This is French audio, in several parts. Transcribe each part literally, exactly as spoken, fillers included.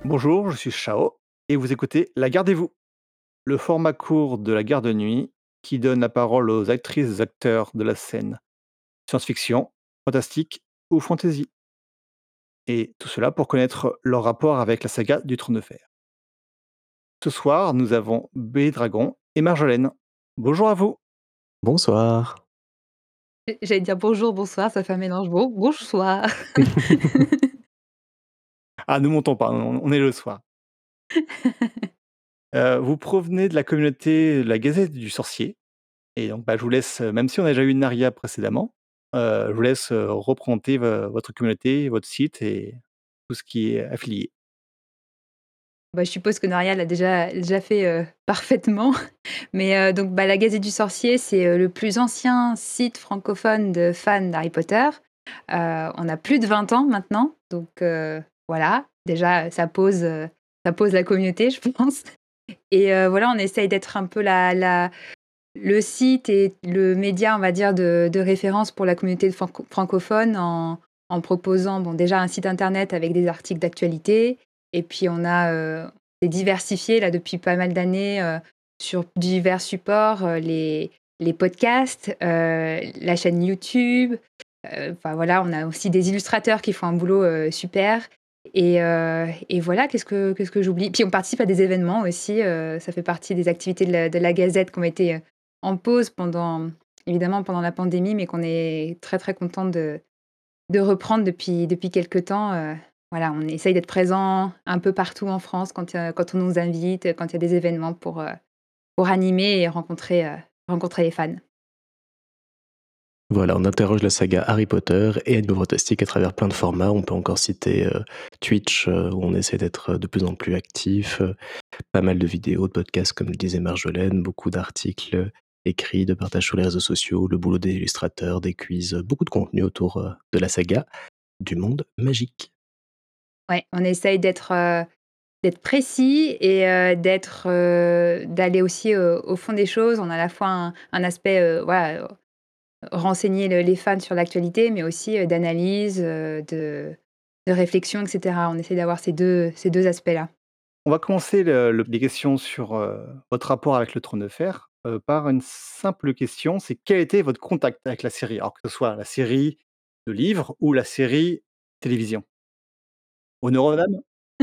Bonjour, je suis Chao et vous écoutez La Gardez-vous, le format court de la garde de nuit qui donne la parole aux actrices et acteurs de la scène science-fiction, fantastique ou fantasy. Et tout cela pour connaître leur rapport avec la saga du Trône de Fer. Ce soir, nous avons B Dragon et Marjolaine. Bonjour à vous. Bonsoir. J j'allais dire bonjour, bonsoir, ça fait un mélange. Bon bonsoir. Ah, ne montons pas, on on est le soir. Heu, vous provenez de la communauté de la Gazette du Sorcier et donc bah, je vous laisse, heu, même si on a déjà eu Naria précédemment, heu, je vous laisse, heu, représenter vo votre communauté, votre site et tout ce qui est affilié. Bah, je suppose que Naria l'a déjà déjà fait, heu, parfaitement. Mais, heu, donc, bah, la Gazette du Sorcier, c'est, heu, le plus ancien site francophone de fans d'Harry Potter. Heu, on a plus de vingt ans maintenant, donc, heu, voilà, déjà ça pose, heu, ça pose la communauté, je pense. Et heu, voilà, on essaye d'être un peu la la le site et le média, on va dire, de de référence pour la communauté franco francophone en en proposant, bon, déjà un site internet avec des articles d'actualité et puis on a, heu, c'est diversifié là depuis pas mal d'années, heu, sur divers supports, heu, les les podcasts, heu, la chaîne YouTube, heu, enfin voilà, on a aussi des illustrateurs qui font un boulot, heu, super et heu et voilà, qu'est-ce que qu'est-ce que j'oublie? Puis on participe à des événements aussi, heu, ça fait partie des activités de la de la Gazette qui ont été, heu, en pause pendant évidemment pendant la pandémie, mais qu'on est très, très contente de de reprendre depuis depuis quelque temps, heu, voilà, on essaye d'être présent un peu partout en France quand, heu, quand on nous invite, quand il y a des événements pour, heu, pour animer et rencontrer, heu, rencontrer les fans. Voilà, on interroge la saga Harry Potter et Animaux Fantastiques à travers plein de formats. On peut encore citer, heu, Twitch, heu, où on essaie d'être de plus en plus actif, heu, pas mal de vidéos, de podcasts comme le disait Marjolaine, beaucoup d'articles écrits, de partage sur les réseaux sociaux, le boulot des illustrateurs, des quiz, beaucoup de contenu autour, heu, de la saga du monde magique. Ouais, on essaye d'être, heu, d'être précis et heu, d'être, heu, d'aller aussi, heu, au fond des choses. On a à la fois un un aspect, heu, voilà, heu, renseigner le les fans sur l'actualité, mais aussi, heu, d'analyse, heu, de de réflexion et cetera. On essaie d'avoir ces deux ces deux aspects-là. On va commencer le le les questions sur, heu, votre rapport avec le Trône de Fer, heu, par une simple question, c'est quel était votre contact avec la série? Alors que ce soit la série de livres ou la série télévision? Honneur aux dames?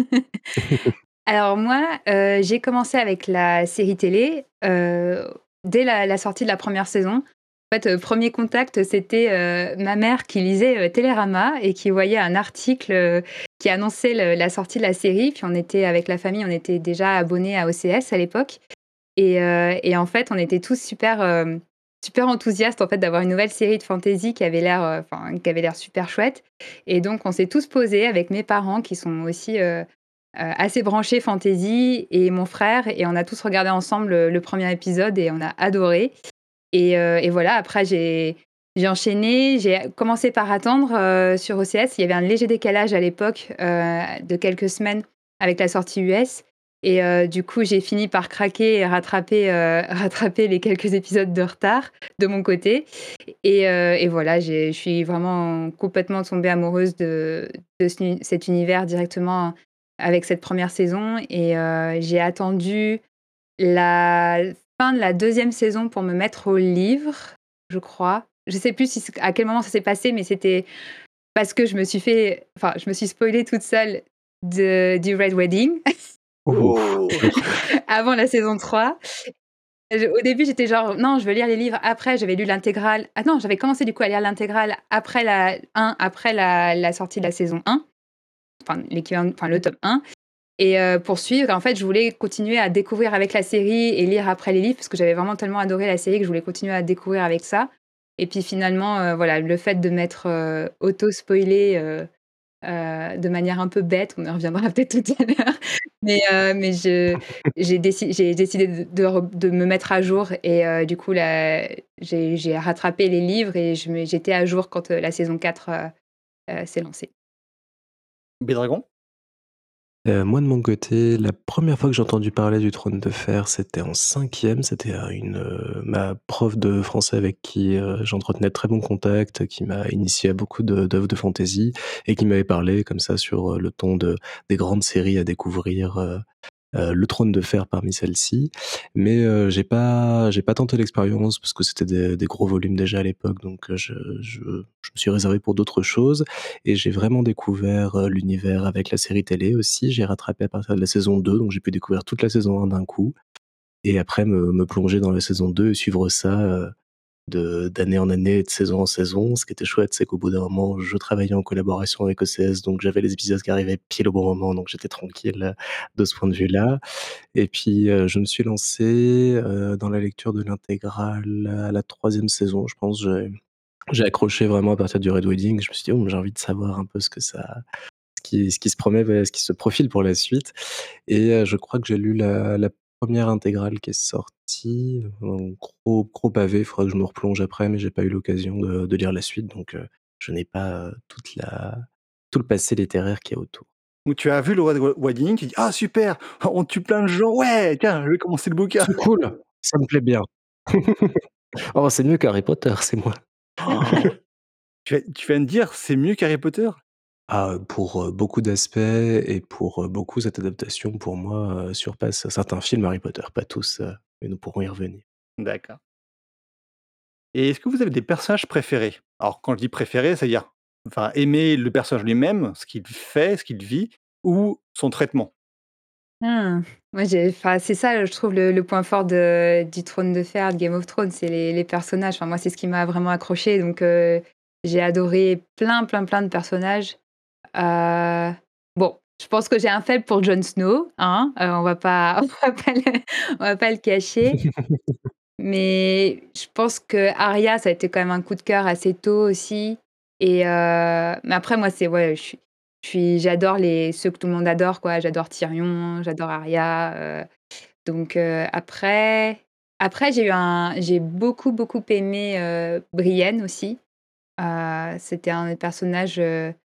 Alors moi, heu, j'ai commencé avec la série télé, heu, dès la la sortie de la première saison. En fait, heu, premier contact, c'était, heu, ma mère qui lisait, heu, Télérama et qui voyait un article, heu, qui annonçait le la sortie de la série. Puis on était avec la famille, on était déjà abonnés à O C S à l'époque et heu et en fait, on était tous super, hem, super enthousiastes, en fait, d'avoir une nouvelle série de fantasy qui avait l'air, heu, enfin, qui avait l'air super chouette et donc on s'est tous posés avec mes parents qui sont aussi, heu heu, assez branchés fantasy et mon frère et on a tous regardé ensemble le le premier épisode et on a adoré et heu et voilà, après j'ai j'ai enchaîné, j'ai commencé par attendre, heu, sur O C S. Il y avait un léger décalage à l'époque, heu, de quelques semaines avec la sortie U S et heu, du coup, j'ai fini par craquer et rattraper, heu, rattraper les quelques épisodes de retard de mon côté et heu et voilà, j'ai je suis vraiment complètement tombée amoureuse de de ce nu cet univers directement avec cette première saison et heu, j'ai attendu la fin de la deuxième saison pour me mettre au livre, je crois. Je sais plus si c à quel moment ça s'est passé, mais c'était parce que je me suis fait enfin, je me suis spoilée toute seule de du Red Wedding Ouf, Oh! oui. avant la saison trois. Je au début, j'étais genre: «Non, je veux lire les livres après». J'avais lu l'intégrale. Ah non, j'avais commencé du coup à lire l'intégrale après la un après la la sortie de la saison un, enfin l'équivalent enfin le tome un et heu, pour suivre. En fait, je voulais continuer à découvrir avec la série et lire après les livres parce que j'avais vraiment tellement adoré la série que je voulais continuer à découvrir avec ça et puis finalement, heu, voilà, le fait de m'être, heu, auto-spoilée, heu heu, de manière un peu bête, on y reviendra peut-être tout à l'heure, mais heu, mais je j'ai déci j'ai décidé de de re de me mettre à jour et heu, du coup, là, j'ai j'ai rattrapé les livres et je me j'étais à jour quand, heu, la saison quatre, heu heu, s'est lancée. B Dragon? Heu, moi de mon côté, la première fois que j'ai entendu parler du Trône de Fer, c'était en cinquième, c'était à une, heu, ma prof de français avec qui, heu, j'entretenais de très bons contacts, qui m'a initié à beaucoup de d'œuvres de fantasy et qui m'avait parlé comme ça sur, heu, le ton de des grandes séries à découvrir, heu heu, Le Trône de Fer parmi celles-ci. Mais, heu, j'ai pas j'ai pas tenté l'expérience parce que c'était des des gros volumes déjà à l'époque, donc, heu, je je je me suis réservé pour d'autres choses et j'ai vraiment découvert, heu, l'univers avec la série télé aussi. J'ai rattrapé à partir de la saison deux, donc j'ai pu découvrir toute la saison un d'un coup et après me me plonger dans la saison deux et suivre ça, heu, de d'année en année et de saison en saison. Ce qui était chouette, c'est qu'au bout d'un moment, je travaillais en collaboration avec O C S, donc j'avais les épisodes qui arrivaient pile au bon moment, donc j'étais tranquille, heu, de ce point de vue-là. Et puis, heu, je me suis lancé, heu, dans la lecture de l'intégrale à la troisième saison, je pense. J'ai j'ai accroché vraiment à partir du Red Wedding. Je me suis dit: «Oh, j'ai envie de savoir un peu ce que ça ce qui ce qui se promet, ouais, ce qui se profile pour la suite» et heu, je crois que j'ai lu la la première intégrale qui est sortie, un gros gros pavé, il faudra que je me replonge après, mais j'ai pas eu l'occasion de de lire la suite, donc heu, je n'ai pas, heu, toute la tout le passé littéraire qu'il y a autour. Ou tu as vu le Red We Wedding, tu dis: «Ah super, on tue plein de gens, ouais, tiens, je vais commencer le bouquin». Trop cool! Ça me plaît bien. Oh, c'est mieux qu'Harry Potter, c'est moi. Tu vas tu vas me dire: «C'est mieux qu'Harry Potter»? Ah, pour, heu, beaucoup d'aspects et pour, heu, beaucoup, cette adaptation, pour moi, heu, surpasse certains films Harry Potter. Pas tous, heu, mais nous pourrons y revenir. D'accord. Et est-ce que vous avez des personnages préférés? Alors quand je dis préférés, c'est-à-dire, enfin aimer le personnage lui-même, ce qu'il fait, ce qu'il vit ou son traitement? Mmh. Moi, j'ai enfin, c'est ça, je trouve le le point fort de du Trône de Fer, de Game of Thrones, c'est les les personnages. Enfin, moi, c'est ce qui m'a vraiment accrochée, donc heu, j'ai adoré plein, plein, plein de personnages. Heu, bon, je pense que j'ai un faible pour Jon Snow, hein, heu, on va pas on va pas le on va pas le cacher. Mais je pense que Arya, ça a été quand même un coup de cœur assez tôt aussi et heu, mais après moi c'est ouais, je suis je suis j'adore les ceux que tout le monde adore quoi. J'adore Tyrion, j'adore Arya, heu, donc heu, après après j'ai eu un j'ai beaucoup, beaucoup aimé, heu, Brienne aussi. Heu, c'était un des personnages, heu,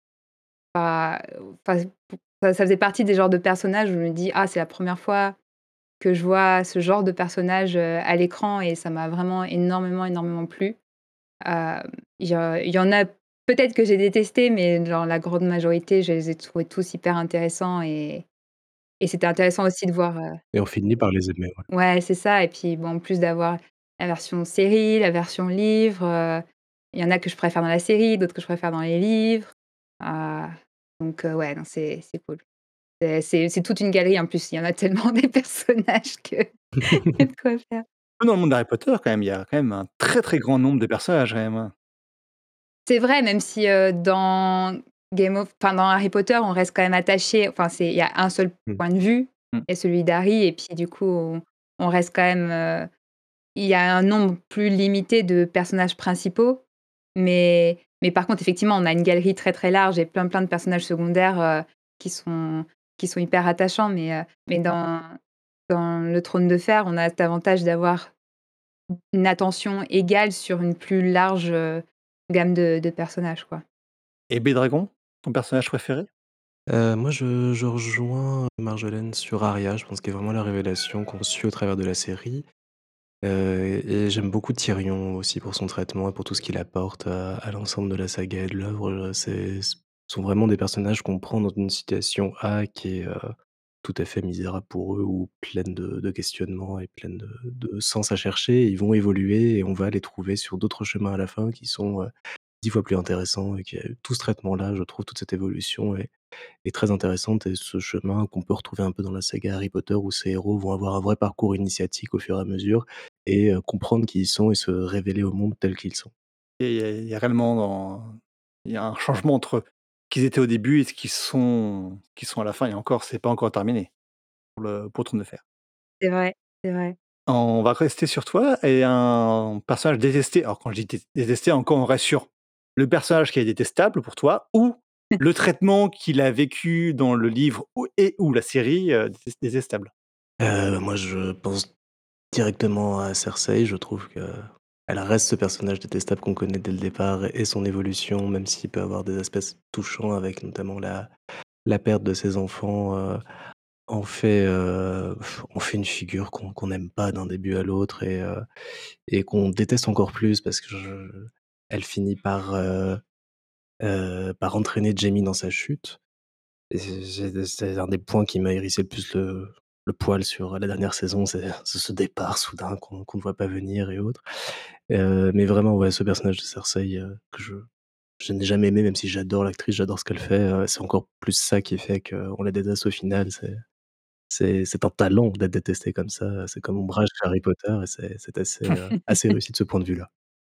pas enfin, ça ça faisait partie des genres de personnages où je me dis: «Ah, c'est la première fois que je vois ce genre de personnage, heu, à l'écran» et ça m'a vraiment énormément, énormément plu. Hem, il y a il y en a peut-être que j'ai détesté, mais dans la grande majorité, je les ai trouvés tous hyper intéressants et et c'était intéressant aussi de voir, heu Et on finit par les aimer, ouais. ouais, c'est ça et puis bon, en plus d'avoir la version série, la version livre, heu, il y en a que je préfère dans la série, d'autres que je préfère dans les livres. Ah, donc heu, ouais, non, c'est c'est cool. C'est c'est c'est toute une galerie en plus, il y en a tellement des personnages que il y a de quoi faire. Dans le monde d'Harry Potter quand même, il y a quand même un très, très grand nombre de personnages quand même, hein. C'est vrai, même si, heu, dans Game of enfin, dans Harry Potter, on reste quand même attaché enfin, c'est il y a un seul Mmh. point de vue Mmh. et celui d'Harry et puis du coup, on on reste quand même, heu, il y a un nombre plus limité de personnages principaux, mais mais par contre, effectivement, on a une galerie très, très large et plein, plein de personnages secondaires, heu, qui sont qui sont hyper attachants, mais heu, mais dans dans le Trône de Fer, on a cet avantage d'avoir une attention égale sur une plus large, heu, gamme de de personnages, quoi. Et Bédragon, ton personnage préféré? Heu, moi, je je rejoins Marjolaine sur Arya. Je pense qu'il y a vraiment la révélation qu'on suit au travers de la série. Heu et j'aime beaucoup Tyrion aussi pour son traitement et pour tout ce qu'il apporte à à l'ensemble de la saga et de l'œuvre, heu, c'est ce sont vraiment des personnages qu'on prend dans une situation A qui est, heu, tout à fait misérable pour eux ou pleine de de questionnements et pleine de de sens à chercher. Ils vont évoluer et on va les trouver sur d'autres chemins à la fin qui sont, heu, dix fois plus intéressants et qui tout ce traitement-là, je trouve toute cette évolution est est très intéressante et ce chemin qu'on peut retrouver un peu dans la saga Harry Potter où ces héros vont avoir un vrai parcours initiatique au fur et à mesure et heu, comprendre qui ils sont et se révéler au monde tels qu'ils sont. Et il y a il y a réellement dans il y a un changement entre qui ils étaient au début et ce qu'ils sont qui sont à la fin et encore, c'est pas encore terminé pour le pour Trône de Fer. C'est vrai, c'est vrai. On va rester sur toi et un personnage détesté. Alors quand je dis dé détesté, encore on reste sur le personnage qui est détestable pour toi ou le traitement qu'il a vécu dans le livre ou et ou la série, heu, détes détestable. Heu, moi je pense directement à Cersei, je trouve qu'elle reste ce personnage détestable qu'on connaît dès le départ et son évolution, même s'il peut avoir des aspects touchants avec notamment la la perte de ses enfants, heu, en fait, heu, en fait une figure qu'on qu'on n'aime pas d'un début à l'autre et heu et qu'on déteste encore plus parce que je elle finit par, heu heu, par entraîner Jamie dans sa chute et c'est c'est c'est un des points qui m'a hérissé le plus le le poil sur la dernière saison, c'est c'est ce départ soudain qu'on qu'on ne voit pas venir et autres. Heu, mais vraiment, ouais, ce personnage de Cersei, heu, que je je n'ai jamais aimé, même si j'adore l'actrice, j'adore ce qu'elle fait, heu, c'est encore plus ça qui fait qu'on la déteste au final. C'est c'est c'est un talent d'être détesté comme ça, c'est comme Ombrage chez Harry Potter et c'est c'est assez, heu, assez réussi de ce point de vue-là.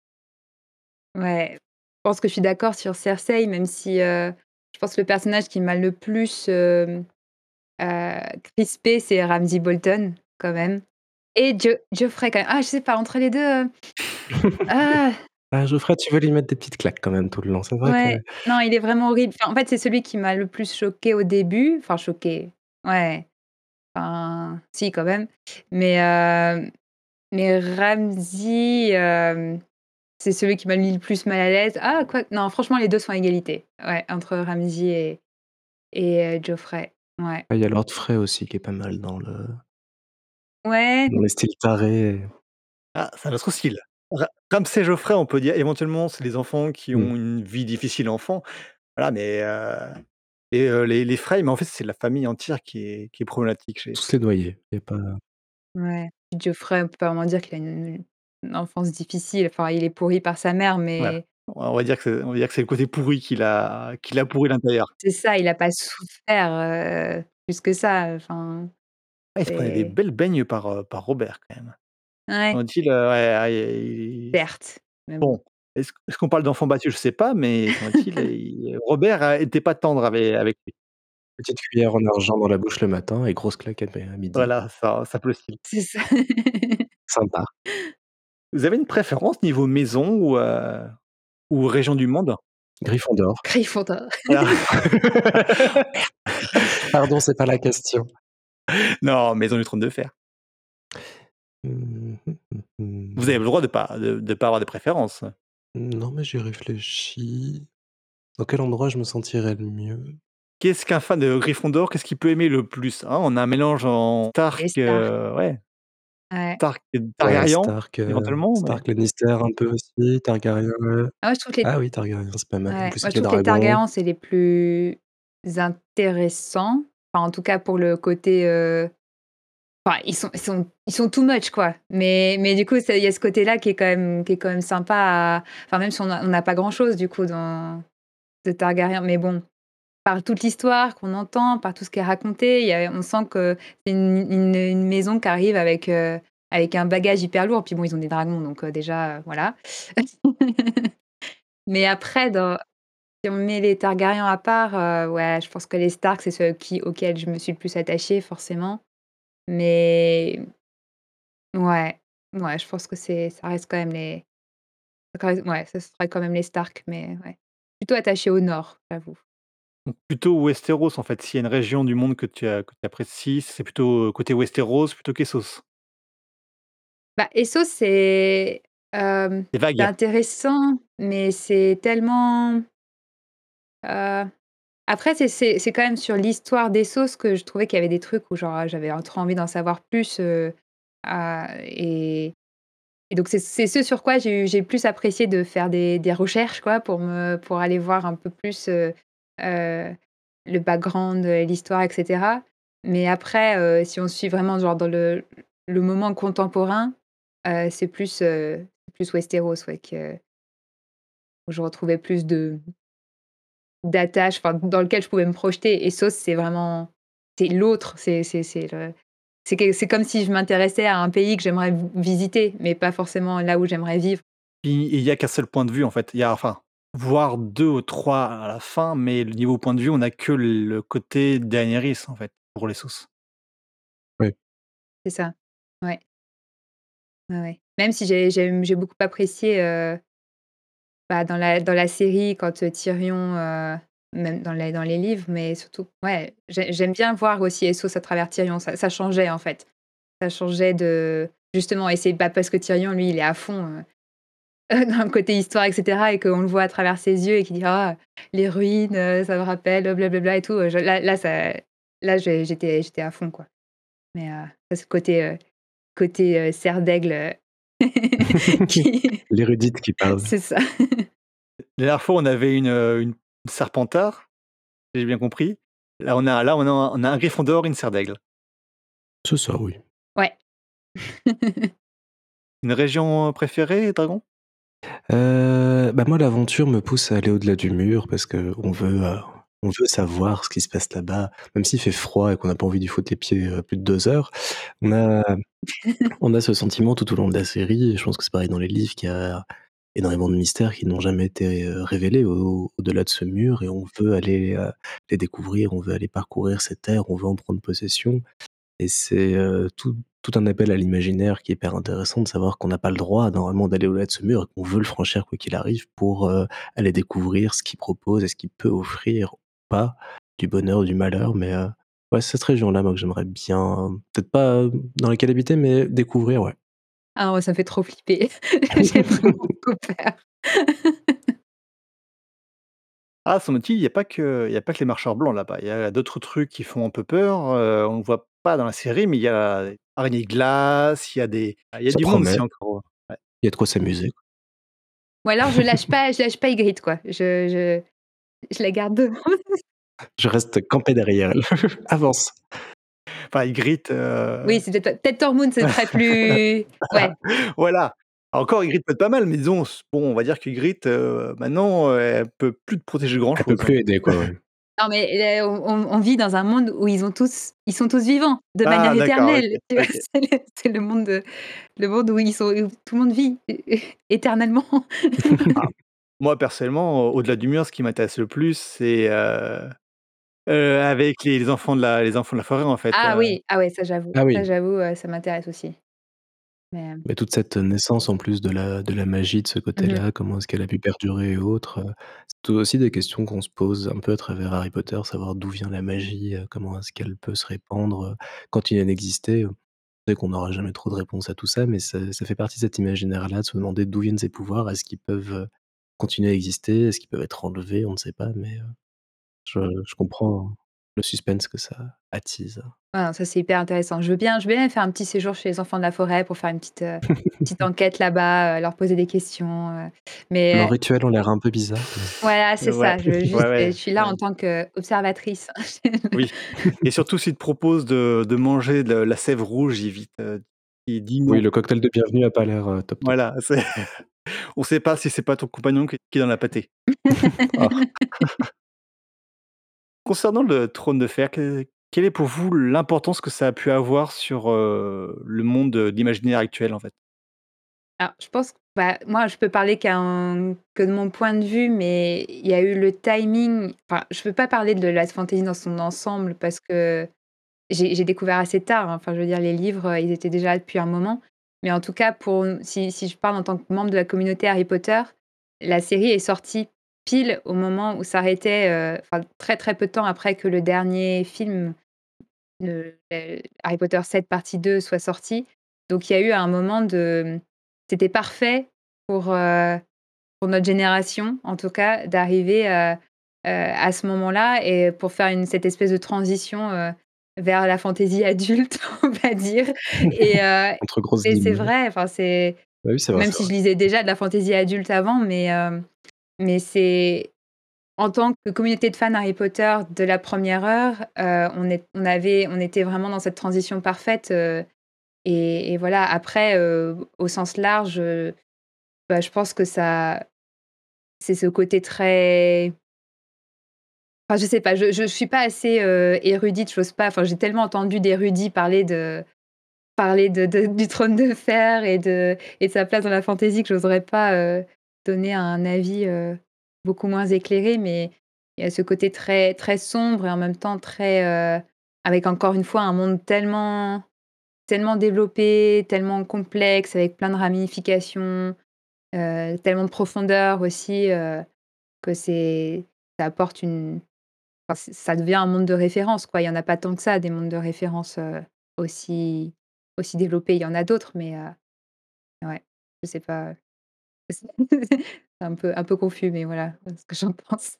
Ouais, je pense que je suis d'accord sur Cersei, même si, heu, je pense que le personnage qui m'a le plus, hem, heu, crispée, c'est Ramsay Bolton, quand même et Jo Joffrey quand même. Ah, je sais pas, entre les deux, heu, ah! Ah, Geoffrey, tu veux lui mettre des petites claques quand même tout le long, c'est vrai que Ouais, non, il est vraiment horrible. Enfin, en fait, c'est celui qui m'a le plus choquée au début, enfin choquée, ouais, enfin, si quand même, mais heu, mais Ramsay, hem, c'est celui qui m'a mis le plus mal à l'aise. Ah quoi non, franchement, les deux sont à égalité. Ouais, entre Ramsay et et heu, Joffrey, ouais. ah, il y a Lord Frey aussi qui est pas mal dans le Ouais, dans les styles tarés. Ah, c'est un autre style. Ra Ramsay Geoffrey, on peut dire éventuellement, c'est les enfants qui Mmh. ont une vie difficile enfant, voilà, mais heu et heu, les les Frey, mais en fait, c'est la famille entière qui est qui est problématique chez Tous les noyés, il y a pas ouais. Geoffrey, on peut pas vraiment dire qu'il a une une enfance difficile. Enfin, il est pourri par sa mère, voilà. mais On va dire que c'est on va dire que c'est le côté pourri qui l'a qui l'a pourri l'intérieur. c'est ça, il a pas souffert, heu, plus que ça, enfin, Ah, il se prenait des c'est belles beignes par, heu, par Robert quand même. ouais, Semble-t-il, heu, ouais, ah, il certes, mais bon. bon, est-ce est-ce qu'on parle d'enfant battu? Je sais pas, mais semble-t-il, il Robert, heu, était pas tendre ave avec lui. petite cuillère en argent dans la bouche le matin et grosse claque à à midi. Voilà, ça ça peut le style. C'est ça. Sympa. Vous avez une préférence niveau maison ou heu, ou région du monde? Gryffondor. Gryffondor. Voilà. Pardon, c'est pas la question. Non, maison du trône de fer. Mmh mh, mmh Vous avez mh. le droit de pas de de pas avoir de préférence. Non, mais j'y réfléchis. Dans quel endroit je me sentirais le mieux? Qu'est-ce qu'un fan de Gryffondor, qu'est-ce qu'il peut aimer le plus? Hein, on a un mélange en Stark, Les Stark, heu, ouais, ouais. Stark et Ouais, Targaryen, Stark, heu, éventuellement, mais Stark, Lannister un peu aussi, Targaryen, heu Ah, moi, je trouve que les ah oui, Targaryen, c'est pas mal. En ouais, plus moi, je avec les trouve que les dragons. Targaryens, c'est les plus intéressants. Enfin, en tout cas, pour le côté, heu, enfin, ils sont ils sont ils sont too much, quoi. Mais mais du coup, ça il y a ce côté-là qui est quand même qui est quand même sympa à enfin, même si on a on n'a pas grand-chose, du coup, dans de Targaryen, mais bon, par toute l'histoire qu'on entend, par tout ce qui est raconté, il y a on sent que c'est une une une maison qui arrive avec, heu, avec un bagage hyper lourd. Puis bon, ils ont des dragons, donc heu, déjà, heu, voilà. Mais après, dans si on met les Targaryens à part, heu, ouais, je pense que les Stark, c'est ceux qui auxquels je me suis le plus attachée forcément. Mais ouais, ouais, je pense que c'est ça reste quand même les ça reste ouais, ce serait quand même les Stark, mais ouais. Plutôt attachée au nord, j'avoue. donc plutôt Westeros, en fait. S'il y a une région du monde que tu as que tu apprécies, c'est plutôt, heu, côté Westeros plutôt qu'Essos? Bah, Essos, c'est, hem, C'est c'est vague. intéressant, mais c'est tellement, heu après c'est c'est c'est quand même sur l'histoire d'Essos que je trouvais qu'il y avait des trucs où genre, j'avais trop envie d'en savoir plus, heu, ah et Et donc c'est c'est ce sur quoi j'ai eu j'ai plus apprécié de faire des des recherches quoi pour me pour aller voir un peu plus, heu heu, le background, heu, l'histoire et cetera. Mais après, heu, si on suit vraiment genre dans le le moment contemporain, heu, c'est plus, heu, plus Westeros ouais que où je retrouvais plus de d'attache, enfin dans lequel je pouvais me projeter. Et Sauce c'est vraiment c'est l'autre, c'est c'est c'est le c'est que c'est comme si je m'intéressais à un pays que j'aimerais v visiter, mais pas forcément là où j'aimerais vivre. Puis il y a qu'un seul point de vue, en fait. Il y a enfin, voire deux ou trois à la fin, mais le niveau point de vue, on a que le côté Daenerys, en fait, pour les sauces. Oui. C'est ça. Ouais, ouais, ouais. Même si j'ai j'ai j'ai beaucoup apprécié, heu, bah, dans la dans la série quand, heu, Tyrion, heu, même dans les dans les livres, mais surtout ouais, j'ai j'aime bien voir aussi Essos à travers Tyrion, ça ça changeait en fait. Ça changeait de justement et c'est pas parce que Tyrion lui, il est à fond, heu heu, dans le côté histoire et cetera et qu'on le voit à travers ses yeux et qu'il dit: «Ah, les ruines, heu, ça me rappelle, heu, blablabla et tout», heu, je là là ça là j'ai j'étais j'étais à fond, quoi. Mais, heu, ça c'est côté, heu, côté, heu, cerf d'aigle, heu, qui L'érudite qui parle. c'est ça. La dernière fois, on avait une, heu, une Serpentard, si j'ai bien compris. Là, on a là, on a un on a un Gryffondor et une Serre d'Aigle. C'est ça, oui. Ouais. Une région, heu, préférée, dragon? Heu, bah, moi, l'aventure me pousse à aller au-delà du mur parce qu'on veut, heu, on veut savoir ce qui se passe là-bas. Même s'il fait froid et qu'on n'a pas envie d'y foutre les pieds, heu, plus de deux heures, on a on a ce sentiment tout au long de la série et je pense que c'est pareil dans les livres, qu'il y a énormément de mystères qui n'ont jamais été, heu, révélés au au-delà de ce mur et on veut aller, heu, les découvrir, on veut aller parcourir ces terres, on veut en prendre possession et c'est, heu, tout tout un appel à l'imaginaire qui est hyper intéressant de savoir qu'on n'a pas le droit normalement d'aller au-delà de ce mur et qu'on veut le franchir quoi qu'il arrive pour, heu, aller découvrir ce qu'il propose et ce qu'il peut offrir ou pas, du bonheur ou du malheur mais, heu, ouais, cette région-là, moi, que j'aimerais bien, peut-être pas, heu, dans laquelle habiter, mais découvrir, ouais. Ah ouais, ça me fait trop flipper. J'ai vraiment trop peur. Ah, semble-t-il, il y a pas que il y a pas que les marcheurs blancs là-bas. Il y a d'autres trucs qui font un peu peur, heu, on ne voit pas dans la série, mais il y a des araignées de glace, il y a des ah, il y a Ça du monde promet, aussi encore, ouais. il y a de quoi s'amuser. Ou alors je lâche pas je lâche pas Ygritte, quoi. Je je je la garde devant. Je reste campé derrière elle. Avance. Enfin, Ygritte, heu Oui, c'est peut-être peut-être Tormund, ce serait plus ouais. voilà. Encore Ygritte peut être pas mal, mais disons, s bon, on va dire qu'Ygritte, heu, maintenant, heu, elle peut plus te protéger grand Elle peut chose, hein. plus aider, quoi, ouais. Non, mais heu, on on on vit dans un monde où ils ont tous ils sont tous vivants, de manière Ah d'accord, OK, éternelle, tu vois? OK. C'est le c'est le monde, heu, le monde où ils sont où tout le monde vit é é éternellement. Ah, moi personnellement, au au-delà du mur, ce qui m'intéresse le plus, c'est, heu heu, avec les les enfants de la les enfants de la forêt, en fait, Ah heu oui, ah ouais, ça j'avoue. Ah Ça oui. j'avoue, heu, ça m'intéresse aussi. Mais, hem Mais toute cette naissance en plus de la de la magie de ce Mmh mh. côté-là, comment est-ce qu'elle a pu perdurer et autres, heu, c'est aussi des questions qu'on se pose un peu à travers Harry Potter, savoir d'où vient la magie, heu, comment est-ce qu'elle peut se répandre, heu, continuer d'exister, heu. C'est qu'on n'aura jamais trop de réponses à tout ça, mais ça ça fait partie de cet imaginaire-là, de se demander d'où viennent ces pouvoirs. Est-ce qu'ils peuvent, heu, continuer à exister? Est-ce qu'ils peuvent être enlevés? On ne sait pas, mais, heu, je je comprends le suspense que ça attise. Ah non, ça c'est hyper intéressant. Je veux bien je veux bien faire un petit séjour chez les enfants de la forêt pour faire une petite, heu, petite enquête là-bas, heu, leur poser des questions, heu, mais, Leurs heu rituels ont l'air un peu bizarres, mais voilà, c'est Ouais, ça. Je veux ouais, juste je ouais, suis là ouais. en tant qu'observatrice. Oui et surtout s'ils te proposent de de manger de la sève rouge, évite, heu, il dit oui, non. le cocktail de bienvenue a pas l'air, heu, top, top. Voilà, c'est on sait pas si c'est pas ton compagnon qui qui est dans la pâtée. Ah, Concernant le trône de fer, que quelle est pour vous l'importance que ça a pu avoir sur, heu, le monde, heu, de l'imaginaire actuel, en fait? Alors, je pense que bah, moi, je peux parler qu'un que de mon point de vue, mais il y a eu le timing enfin, je peux pas parler de la fantasy dans son ensemble parce que j'ai j'ai découvert assez tard, hein. Enfin, je veux dire, les livres, heu, ils étaient déjà là depuis un moment. Mais en tout cas, pour si si je parle en tant que membre de la communauté Harry Potter, la série est sortie pile au moment où s'arrêtait, heu, enfin, très, très peu de temps après que le dernier film, le le Harry Potter sept partie deux soit sorti. Donc il y a eu un moment de c'était parfait pour, heu, pour notre génération, en tout cas, d'arriver, heu heu, à ce moment-là et pour faire une cette espèce de transition, heu, vers la fantaisie adulte, on va dire et heu entre grosses et c'est guillemets. vrai, enfin, c'est Bah oui, c'est vrai, même c'est si vrai. je lisais déjà de la fantaisie adulte avant, mais hem, mais c'est en tant que communauté de fans Harry Potter de la première heure, heu, on est on avait on était vraiment dans cette transition parfaite, heu et et voilà. Après, heu, au sens large, heu, bah, je pense que ça c'est ce côté très enfin, je sais pas, je je suis pas assez, heu, érudite, j'ose pas enfin, j'ai tellement entendu d'érudits parler de parler de de du Trône de Fer et de et de sa place dans la fantasy que j'oserais pas, heu, donner un avis, heu, beaucoup moins éclairé. Mais il y a ce côté très très sombre et en même temps très, heu, avec encore une fois un monde tellement tellement développé, tellement complexe, avec plein de ramifications, heu, tellement de profondeur aussi, heu, que c'est ça apporte une enfin, ç ça devient un monde de référence, quoi. Il y en a pas tant que ça, des mondes de référence, heu, aussi aussi développés. Il y en a d'autres, mais heu, ouais, je sais pas, C'est un peu un peu confus, mais voilà, ce que j'en pense.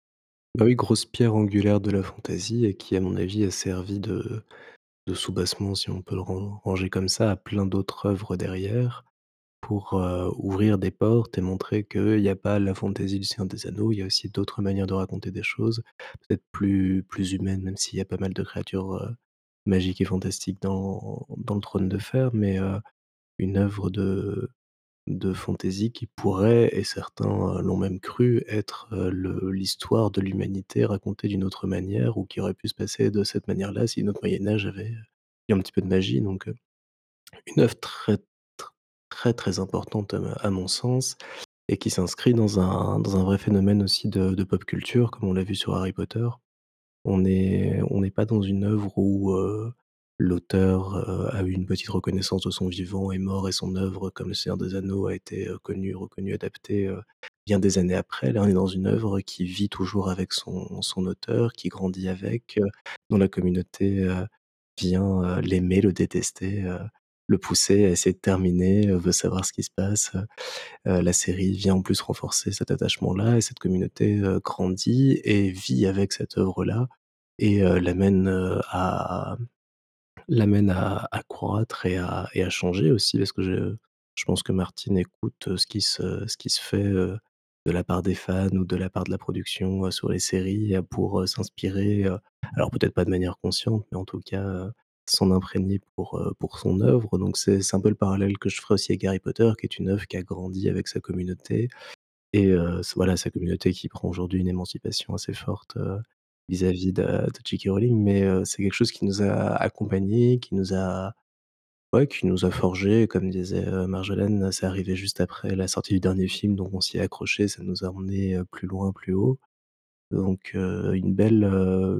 Bah oui, grosse pierre angulaire de la fantasy et qui, à mon avis, a servi de de soubassement, si on peut le ran ranger comme ça, à plein d'autres œuvres derrière pour, heu, ouvrir des portes et montrer qu'il y a pas la fantaisie du Seigneur des Anneaux, il y a aussi d'autres manières de raconter des choses, peut-être plus plus humaines, même s'il y a pas mal de créatures, heu, magiques et fantastiques dans dans le Trône de Fer, mais, heu, une œuvre de de fantaisie qui pourrait, et certains, heu, l'ont même cru, être, heu, le l'histoire de l'humanité racontée d'une autre manière ou qui aurait pu se passer de cette manière-là si notre Moyen Âge avait, heu, eu un petit peu de magie, donc, heu, une œuvre très, tr très, très importante à à mon sens et qui s'inscrit dans un dans un vrai phénomène aussi de de pop culture comme on l'a vu sur Harry Potter. On est on n'est pas dans une œuvre où, heu, l'auteur, heu, a eu une petite reconnaissance de son vivant, est mort et son œuvre, comme Le Seigneur des Anneaux, a été, heu, connue, reconnue, adaptée, heu, bien des années après. Là, on est dans une œuvre qui vit toujours avec son son auteur, qui grandit avec, heu, dont la communauté, heu, vient, heu, l'aimer, le détester, heu, le pousser à essayer de terminer, heu, veut savoir ce qui se passe, heu heu, la série vient en plus renforcer cet attachement-là et cette communauté, heu, grandit et vit avec cette œuvre-là et heu, l'amène, heu, à l'amène à à croître et à et à changer aussi parce que je je pense que Martin écoute, heu, ce qui se ce qui se fait, heu, de la part des fans ou de la part de la production, heu, sur les séries, heu, pour, heu, s'inspirer, heu, alors peut-être pas de manière consciente, mais en tout cas, heu, s'en imprégner pour, heu, pour son œuvre, donc c'est c'est un peu le parallèle que je ferai aussi avec Harry Potter, qui est une œuvre qui a grandi avec sa communauté et heu, s voilà, sa communauté qui prend aujourd'hui une émancipation assez forte, heu, vis-à-vis de de J K Rowling, mais heu, c'est quelque chose qui nous a accompagnés, qui nous a ouais, qui nous a forgés. Comme disait, heu, Marjolaine, c'est arrivé juste après la sortie du dernier film, donc on s'y est accrochés, ça nous a emmenés, heu, plus loin, plus haut. Donc heu, une belle, heu,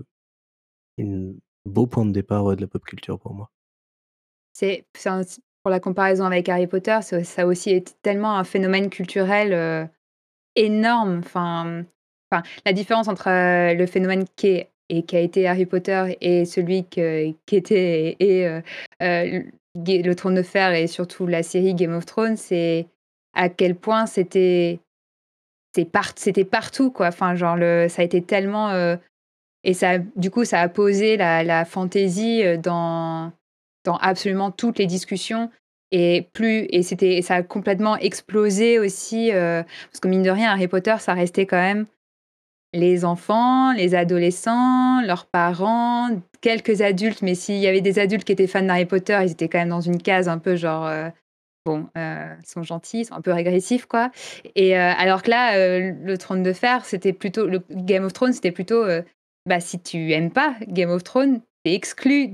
une beau point de départ, ouais, de la pop culture pour moi. C'est c'est un s pour la comparaison avec Harry Potter, ça ça a aussi été tellement un phénomène culturel, heu, énorme. Enfin, mmh, enfin, la différence entre, heu, le phénomène qu'est et qui a été Harry Potter et celui que qu'était et heu heu, Gai Le Trône de Fer et surtout la série Game of Thrones, c'est à quel point c'était c'est part c'était partout, quoi. Enfin, genre le ça a été tellement, heu et ça a du coup, ça a posé la la fantaisie, heu, dans dans absolument toutes les discussions et plus et c'était ça a complètement explosé aussi, heu, parce que mine de rien, Harry Potter, ça restait quand même les enfants, les adolescents, leurs parents, quelques adultes, mais s'il y avait des adultes qui étaient fans d'Harry Potter, ils étaient quand même dans une case un peu genre, heu, bon, heu, ils sont gentils, ils sont un peu régressifs, quoi et heu, alors que là, heu, le Trône de Fer, c'était plutôt le Game of Thrones, c'était plutôt, heu, bah, si tu aimes pas Game of Thrones, tu es exclu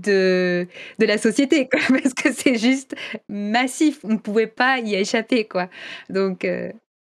de de la société, quoi, parce que c'est juste massif. On ne pouvait pas y échapper, quoi, donc heu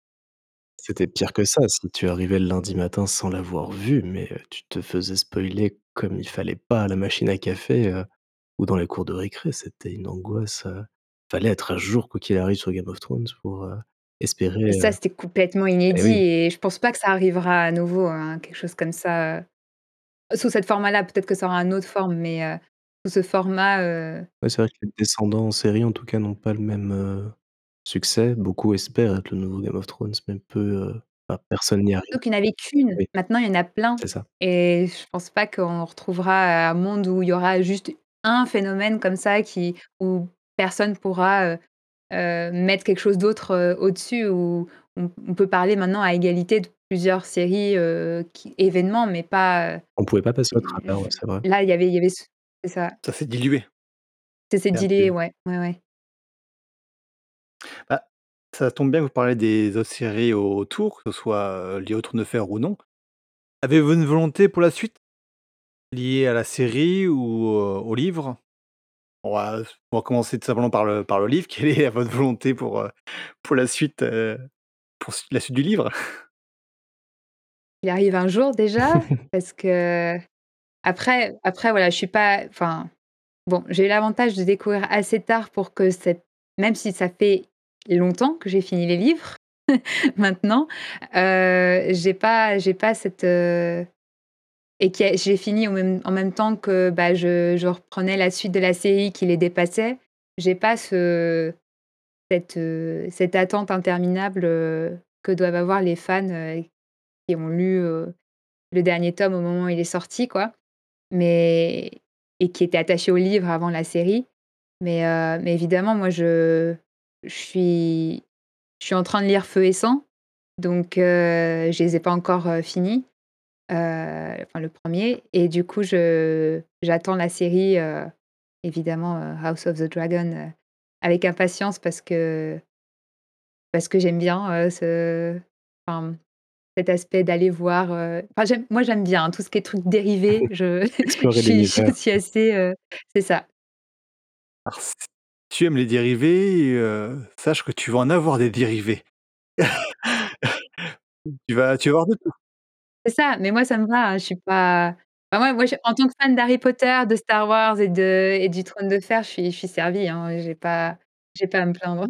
C'était pire que ça, si tu arrivais le lundi matin sans l'avoir vu, mais heu, tu te faisais spoiler comme il fallait pas à la machine à café, heu, ou dans les cours de récré. C'était une angoisse, heu, fallait être à jour quoi qu'il arrive sur Game of Thrones pour, heu, espérer, et ça, heu c'était complètement et inédit oui, et je pense pas que ça arrivera à nouveau, hein, quelque chose comme ça, heu, sous cette format-là. Peut-être que ça aura une autre forme, mais heu, sous ce format, heu ouais, c'est vrai que les descendants en série, en tout cas, n'ont pas le même, heu, succès. Beaucoup espèrent être le nouveau Game of Thrones, mais peu, heu, enfin, personne n'y arrive. Surtout qu'il n'y en avait qu'une. Oui, Maintenant, il y en a plein c'est ça. et je pense pas qu'on retrouvera un monde où il y aura juste un phénomène comme ça qui où personne pourra, heu heu, mettre quelque chose d'autre, heu, au-dessus, où on on peut parler maintenant à égalité de plusieurs séries, heu, qui événements, mais pas, heu, On pouvait pas passer au travers, ouais, j c'est vrai. là, il y avait il y avait ce c'est ça. Ça s'est dilué. Ça s'est C'est un dilué, peu ouais, ouais, ouais. bah, ça tombe bien que vous parlez des autres séries autour, que ce soit, heu, liées au Trône de Fer ou non. Avez-vous une volonté pour la suite, liée à la série ou, heu, au livre? On va on va commencer tout simplement par le par le livre. Quelle est votre volonté pour, heu, pour la suite, heu, pour s la suite du livre? Il arrive un jour déjà parce qu'après après voilà, je suis pas enfin, bon, j'ai eu l'avantage de découvrir assez tard pour que cette même si ça fait longtemps que j'ai fini les livres maintenant, heu, j'ai pas j'ai pas cette, heu et qui a j'ai fini en même en même temps que, bah, je je reprenais la suite de la série qui les dépassait. J'ai pas ce cette, heu, cette attente interminable, heu, que doivent avoir les fans, heu, qui ont lu, heu, le dernier tome au moment où il est sorti, quoi. Mais et qui étaient attachés au livre avant la série. Mais, heu, mais évidemment, moi, je je suis je suis en train de lire Feu et Sang, donc heu, je les ai pas encore, heu, finis, heu, enfin le premier et du coup, je j'attends la série, heu, évidemment, heu, House of the Dragon, heu, avec impatience parce que parce que j'aime bien, heu, ce enfin, cet aspect d'aller voir, heu enfin j'aime moi j'aime bien, hein, tout ce qui est trucs dérivés, je je Explorer suis je l'univers. suis assez, heu c'est ça. Alors si tu aimes les dérivés, heu, sache que tu vas en avoir des dérivés. Tu vas tu vas avoir de tout. C'est ça, mais moi ça me va, hein, je suis pas enfin moi moi je en tant que fan d'Harry Potter, de Star Wars et de et du Trône de Fer, je suis je suis servie, hein, j'ai pas j'ai pas à me plaindre.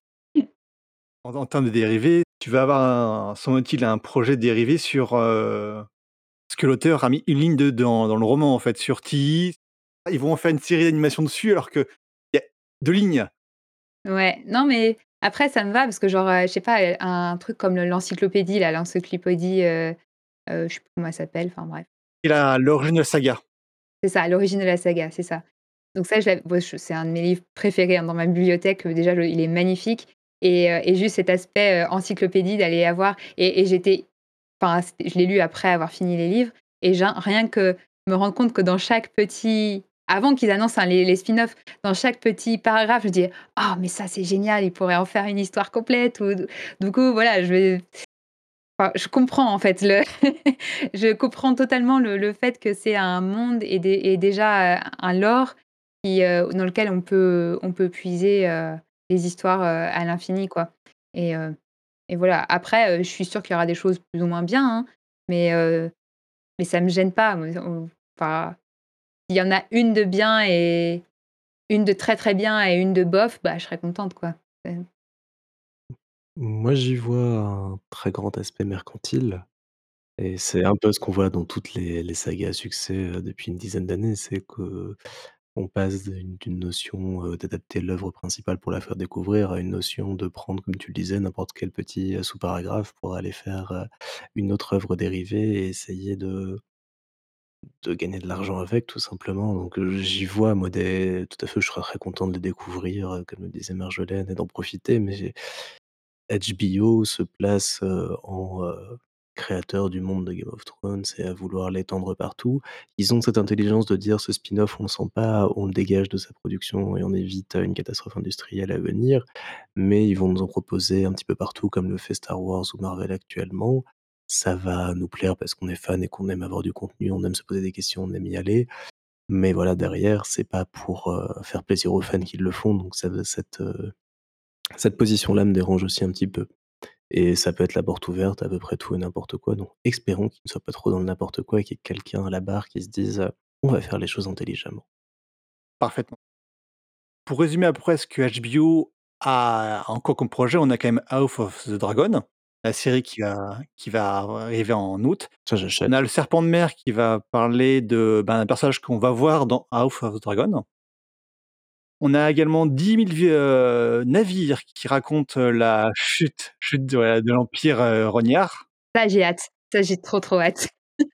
En en termes de dérivés, tu vas avoir un semble-t-il un projet dérivé sur, heu, ce que l'auteur a mis une ligne de dans dans le roman en fait, sur Tilly. Ils vont en faire une série d'animation dessus alors qu'il y a deux lignes. Ouais, non mais après ça me va parce que genre, heu, je sais pas, heu, un truc comme le l'encyclopédie là, l'encyclopédie, heu heu, je sais plus comment elle s'appelle, enfin bref. Et la l'origine de la saga. C'est ça, l'origine de la saga, c'est ça. Donc ça, je l'av moi je c'est un de mes livres préférés, hein, dans ma bibliothèque, heu, déjà le il est magnifique et heu et juste cet aspect, heu, encyclopédie d'aller avoir et et j'étais enfin c'était je l'ai lu après avoir fini les livres et gen rien que me rendre compte que dans chaque petit avant qu'ils annoncent, hein, les les spin-off, dans chaque petit paragraphe, je dis: «Ah mais ça c'est génial, ils pourraient en faire une histoire complète» ou d du coup voilà, je vais enfin je comprends en fait le je comprends totalement le le fait que c'est un monde et dé et déjà, heu, un lore qui, heu, dans lequel on peut on peut puiser, heu, des histoires, heu, à l'infini quoi et heu et voilà. Après, heu, je suis sûre qu'il y aura des choses plus ou moins bien, hein, mais heu, mais ça me gêne pas, moi, on enfin, s'il y en a une de bien et une de très, très bien et une de bof, bah, je serais contente quoi. C'est Moi, j'y vois un très grand aspect mercantile et c'est un peu ce qu'on voit dans toutes les les sagas à succès, heu, depuis une dizaine d'années. C'est qu'on passe d'une d'une notion, heu, d'adapter l'œuvre principale pour la faire découvrir à une notion de prendre, comme tu le disais, n'importe quel petit, heu, sous-paragraphe pour aller faire, heu, une autre œuvre dérivée et essayer de de gagner de l'argent avec tout simplement. Donc, heu, j'y vois moi des tout à fait, je serais très content de les découvrir, heu, comme le disait Marjolaine et d'en profiter, mais j'ai H B O se place, heu, en, heu, créateur du monde de Game of Thrones et à vouloir l'étendre partout. Ils ont cette intelligence de dire: «Ce spin-off, on le sent pas, on le dégage de sa production et on évite, heu, une catastrophe industrielle à venir». Mais ils vont nous en proposer un petit peu partout comme le fait Star Wars ou Marvel actuellement. Ça va nous plaire parce qu'on est fan et qu'on aime avoir du contenu, on aime se poser des questions, on aime y aller. Mais voilà, derrière, c'est pas pour, heu, faire plaisir aux fans qu'ils le font, donc ça veut cette, heu, cette position-là me dérange aussi un petit peu et ça peut être la porte ouverte à peu près tout et n'importe quoi, donc espérons qu'il ne soit pas trop dans le n'importe quoi et qu'il y ait quelqu'un à la barre qui se dise, heu: «On va faire les choses intelligemment». Parfaitement. Pour résumer à peu près ce que H B O a encore comme projet, on a quand même House of the Dragon, la série qui va qui va arriver en août. Ça, On j'achète. a le Serpent de mer qui va parler de, ben, un personnage qu'on va voir dans House of the Dragon. On a également dix mille vi heu, navires qui racontent, heu, la chute chute de ouais, de l'empire, heu, rognard. ça j'ai hâte, ça j'ai trop, trop hâte.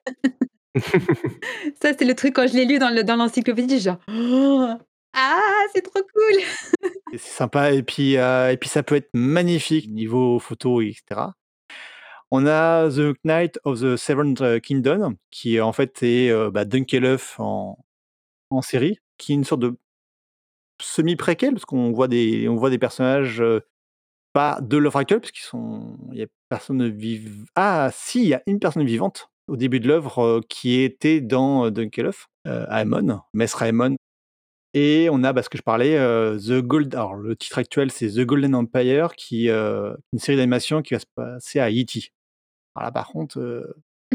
Ça, c'est le truc quand je l'ai lu dans le dans l'encyclopédie, genre: «Oh, ah, c'est trop cool!» Et c'est sympa et puis, heu et puis ça peut être magnifique niveau photo et cetera. On a The Knight of the Seventh Kingdom qui en fait est, heu, bah, Dunkelhoff en en série, qui est une sorte de semi préquel parce qu'on voit des on voit des personnages, heu, pas de l'œuvre actuelle parce qu'ils sont il y a personne viv ah si, il y a une personne vivante au début de l'œuvre, heu, qui était dans, heu, Dunkelhoff, heu, Aemon, Maître Aemon et on a, bah, ce que je parlais, heu, The Gold alors le titre actuel c'est The Golden Empire qui, heu, une série d'animation qui va se passer à Haïti. Alors là par contre, heu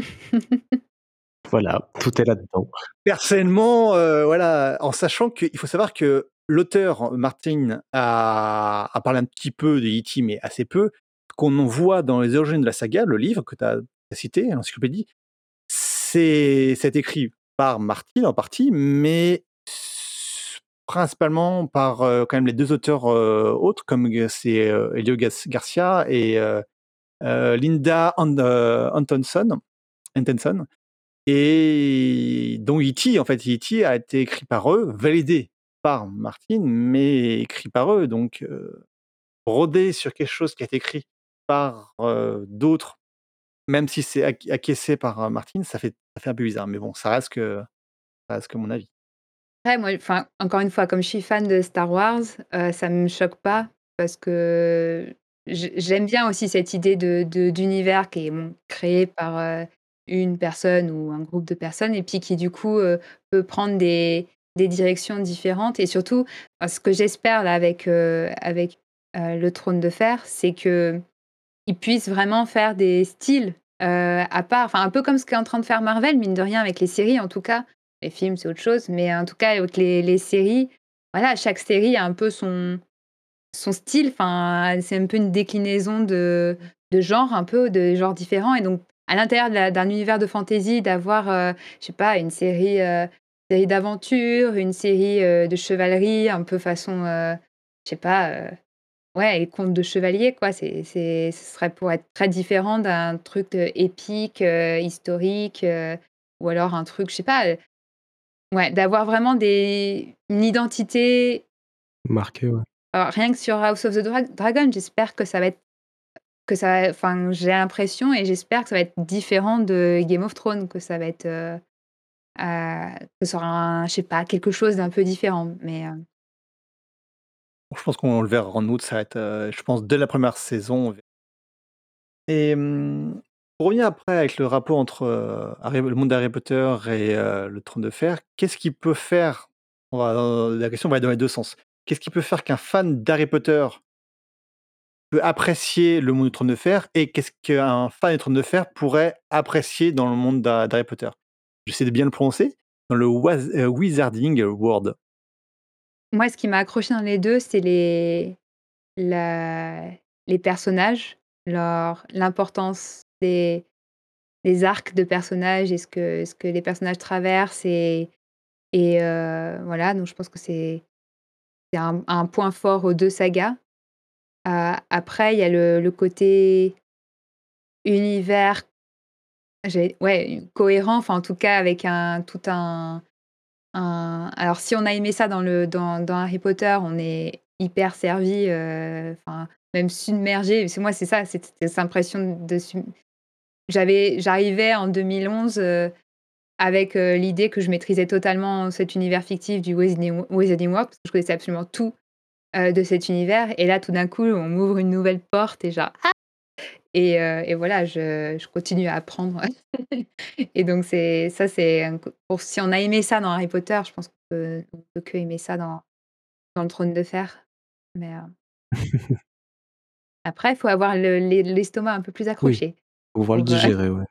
Voilà, tout est là-dedans. personnellement, heu, voilà, en sachant qu'il faut savoir que l'auteur Martin a a parlé un petit peu de E T, mais assez peu. Qu'on en voit dans les origines de la saga, le livre que tu as cité, l'encyclopédie, c'est c'est écrit par Martin en partie, mais principalement par, heu, quand même les deux auteurs, heu, autres comme g c'est, heu, Hélio Gas Garcia et heu heu, Linda An heu, Antonson Antonson et dont E T en fait. E T a été écrit par eux, validé par Martin, mais écrit par eux donc heu, broder sur quelque chose qui a été écrit par, heu, d'autres, même si c'est ac acquiescé par, heu, Martin, ça fait ça fait un peu bizarre, mais bon, ça reste que ça reste que mon avis. Ouais, moi, enfin, encore une fois, comme je suis fan de Star Wars, heu, ça me choque pas parce que j'ai j'aime bien aussi cette idée de de d'univers qui est, bon, créé par, heu, une personne ou un groupe de personnes et puis qui, du coup, heu, peut prendre des des directions différentes et surtout, enfin, ce que j'espère là avec, heu, avec, heu, Le Trône de Fer, c'est qu'ils puissent vraiment faire des styles, heu, à part, enfin, un peu comme ce qu'est en train de faire Marvel, mine de rien, avec les séries en tout cas. Les films, c'est autre chose, mais en tout cas avec les les séries, voilà, chaque série a un peu son son style, enfin, c'est un peu une déclinaison de de genres un peu, de genres différents et donc à l'intérieur de la d'un univers de fantasy, d'avoir, heu, je sais pas, une série, heu, série d'aventure, une série, heu, de chevalerie un peu façon, heu, je sais pas, heu, ouais, les contes de chevaliers quoi, c'est c'est ce serait pour être très différent d'un truc, heu, épique, heu, historique, heu, ou alors un truc, je sais pas, heu, ouais, d'avoir vraiment des une identité. Marqué, ouais. Alors rien que sur House of the Dra Dragon, j'espère que ça va être que ça va enfin, j'ai l'impression et j'espère que ça va être différent de Game of Thrones, que ça va être, heu heu, que ça aura un je sais pas, quelque chose d'un peu différent, mais heu, Je pense qu'on le verra en août, ça va être, heu, je pense dès la première saison, on v et mmh, pour revenir après avec le rapport entre, heu, Harry le monde d'Harry Potter et heu, le Trône de Fer, qu'est-ce qui peut faire on va, heu, la question va dans les deux sens. Qu'est-ce qui peut faire qu'un fan d'Harry Potter peut apprécier le monde du Trône de Fer et qu'est-ce qu'un fan du Trône de Fer pourrait apprécier dans le monde d'Ha d'Harry Potter? J'essaie de bien le prononcer, dans le Waz heu, Wizarding World. moi ce qui m'a accroché dans les deux, c'est les la les personnages, leur l'importance des des arcs de personnages et ce que ce que les personnages traversent et et heu, voilà, donc je pense que c'est c'est un un point fort aux deux sagas. Heu, après il y a le le côté univers, j'ai ouais, cohérent, enfin en tout cas avec un tout un un alors si on a aimé ça dans le dans dans Harry Potter, on est hyper servi, heu, enfin même submergé. Parce que moi c'est ça, c'était cette impression de sub j'avais j'arrivais en deux mille onze, heu, avec, heu, l'idée que je maîtrisais totalement cet univers fictif du Wizarding Wizarding World, parce que je connaissais absolument tout, heu, de cet univers et là tout d'un coup on m'ouvre une nouvelle porte et genre et heu et voilà, je je continue à apprendre et donc c'est ça, c'est un co pour si on a aimé ça dans Harry Potter, je pense qu'on peut on peut que aimer ça dans dans le Trône de Fer. Mais heu, après, il faut avoir le l'es l'estomac un peu plus Oui, accroché faut pouvoir le pour, heu digérer, ouais.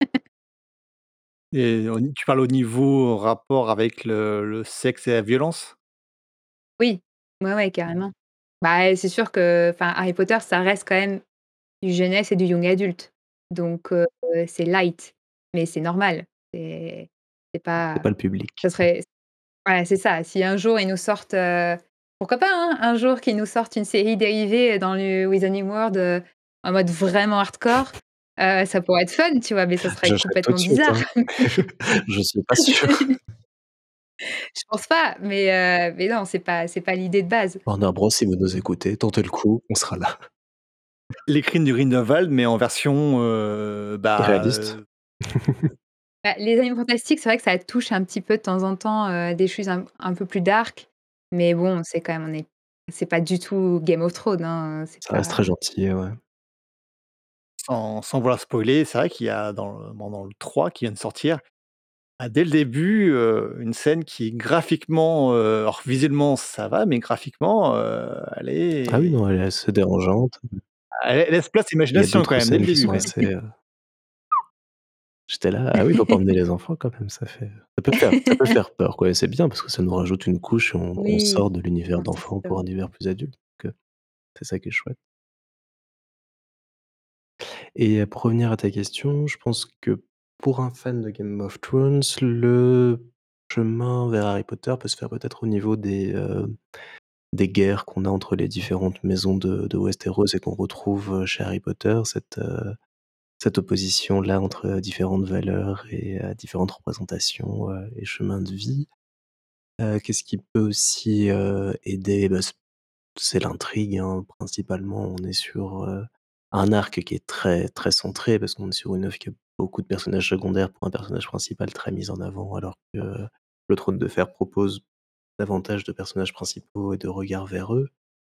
Et au ni tu parles au niveau rapport avec le le sexe et la violence? oui, ouais, ouais, carrément. Bah, c'est sûr que enfin, Harry Potter, ça reste quand même du jeunesse et du young adulte. Donc heu, c'est light, mais c'est normal. C'est c'est C'est pas pas le public. ça serait ouais, c'est ça. Si un jour ils nous sortent, heu, pourquoi pas, hein, un jour qu'ils nous sortent une série dérivée dans le Wizarding World, heu, en mode vraiment hardcore, heu, ça pourrait être fun, tu vois? Mais ça serait J'achète tout de complètement suite, bizarre. hein. Je suis pas sûr. Je pense pas, mais heu, mais non, c'est pas c'est pas l'idée de base. Warner Bros, si vous nous écoutez, tentez le coup, on sera là. Les Crimes du Grindelwald, mais en version, heu, bah, Irréaliste? heu, Bah, les Animaux Fantastiques, c'est vrai que ça touche un petit peu de temps en temps, heu, des choses un un peu plus dark, mais bon, c'est quand même on est c'est pas du tout Game of Thrones, hein, c'est Ça reste pas très gentil, ouais. sans sans vouloir spoiler, c'est vrai qu'il y a dans le bon, dans le trois qui vient de sortir, ah, dès le début, heu, une scène qui graphiquement, heu, alors visuellement ça va, mais graphiquement, heu, elle Ah oui, est non, elle est assez dérangeante. elle laisse place à Il y a l'imagination quand d'autres même, dès le scènes qui début sont quand même. assez, heu j'étais là: «Ah oui, il faut pas emmener les enfants quand même, ça fait ça peut faire ça peut faire peur, quoi» et c'est bien parce que ça nous rajoute une couche et on on Oui, sort de l'univers d'enfant pour un exactement. univers plus adulte, donc heu, c'est ça qui est chouette et heu, pour revenir à ta question, je pense que pour un fan de Game of Thrones, le chemin vers Harry Potter peut se faire peut-être au niveau des, heu, des guerres qu'on a entre les différentes maisons de de Westeros et qu'on retrouve, heu, chez Harry Potter. Cette, heu, cette opposition-là entre, heu, différentes valeurs et heu, différentes représentations, heu, et chemins de vie. Heu, qu'est-ce qui peut aussi, heu, aider? Bah, c c'est l'intrigue, hein, principalement. On est sur, heu, un arc qui est très, très centré parce qu'on est sur une œuvre qui a beaucoup de personnages secondaires pour un personnage principal très mis en avant, alors que Le Trône de Fer propose davantage de personnages principaux et de regards vers eux.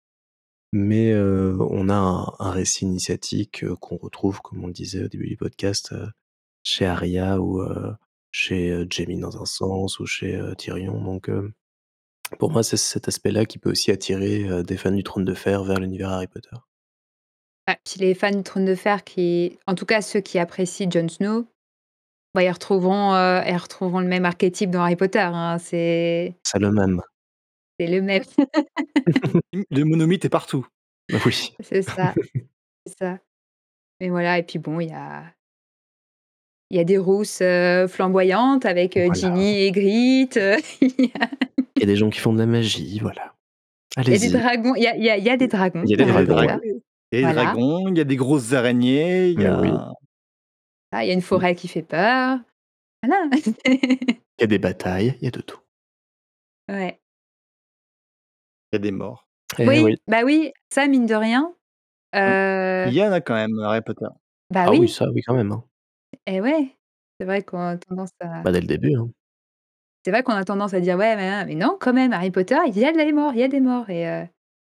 Mais, heu, on a un un récit initiatique, heu, qu'on retrouve, comme on le disait au début du podcast, heu, chez Arya ou, heu, chez, heu, Jaime dans un sens ou chez, heu, Tyrion donc, heu, pour moi, c'est cet aspect-là qui peut aussi attirer, heu, des fans du Trône de Fer vers l'univers Harry Potter. Ouais, puis les fans du Trône de Fer qui en tout cas ceux qui apprécient Jon Snow, bah, ils retrouveront, heu, ils retrouveront le même archétype dans Harry Potter, hein. C'est C'est le même. c'est le même. Mmh, le monomythe est partout. Oui. C'est ça, c'est ça. Et voilà et puis bon, il y a il y a des rousses, heu, flamboyantes avec, heu, Voilà. Ginny et Ygritte, heu, il y a Il y a des gens qui font de la magie, voilà. il y a des Allez-y. dragons, il y a il y a il y a des dragons Il y a dans des Il y a Harry des dragons, Potter. ouais. dragons il y a des Voilà. dragons, il y a des grosses araignées, il y Mais oui. a Ah, il y a une Mmh. forêt qui fait peur. Voilà. Il y a des batailles, il y a de tout. Ouais. il y a des morts. Eh Oui, oui. bah, oui, ça mine de rien, Mmh. heu, Il y en a quand même, Harry Potter. bah, Ah oui, oui ça, oui, quand même, hein. et ouais. C'est vrai qu'on a tendance à Bah, dès le début, hein. c'est vrai qu'on a tendance à dire: «Ouais, mais mais non, quand même, Harry Potter, il y a des morts, il y a des morts» et heu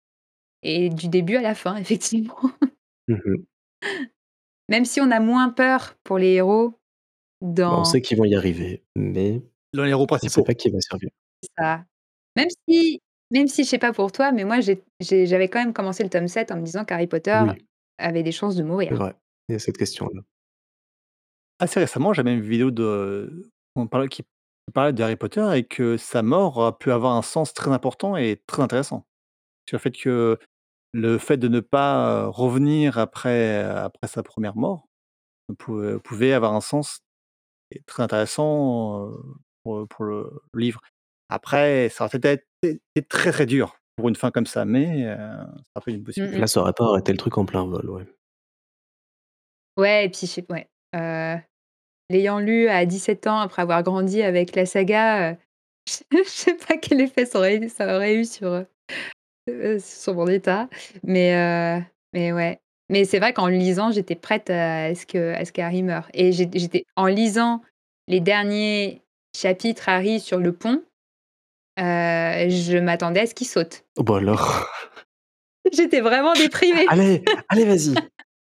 et du début à la fin, effectivement. Mmh mh. Même si on a moins peur pour les héros Bah, on dans sait qu'ils vont y arriver, mais Dans les héros on sait principaux. pas qui va survivre. ça. Même si même si je sais pas pour toi, mais moi j'ai j'ai j'avais quand même commencé le tome sept en me disant qu'Harry Potter Oui, avait des chances de c'est mourir. vrai. Il y a cette question-là. Assez récemment, j'avais une vidéo de on parlait qui parlait de Harry Potter et que sa mort a pu avoir un sens très important et très intéressant. Sur le fait que le fait de ne pas, heu, revenir après, après sa première mort, pou pouvait avoir un sens et très intéressant, heu, pour, pour le livre. Après, ça aurait peut-être été très, très dur pour une fin comme ça, mais heu, ça peut être une Mmh possibilité. Là, mh. ça aurait pas arrêté le truc en plein vol, ouais. Ouais et puis je sais ouais, heu, l'ayant lu à dix-sept ans après avoir grandi avec la saga, heu, je sais pas quel effet ça aurait ça aurait eu sur, heu heu, sur mon état. Mais heu, mais ouais. Mais c'est vrai qu'en le lisant, j'étais prête à ce que à ce qu'Harry meure et j'ét j'étais en lisant les derniers chapitres Harry sur le pont, heu, je m'attendais à ce qu'il saute. Oh bah alors! J'étais vraiment déprimée. Allez, allez, vas-y!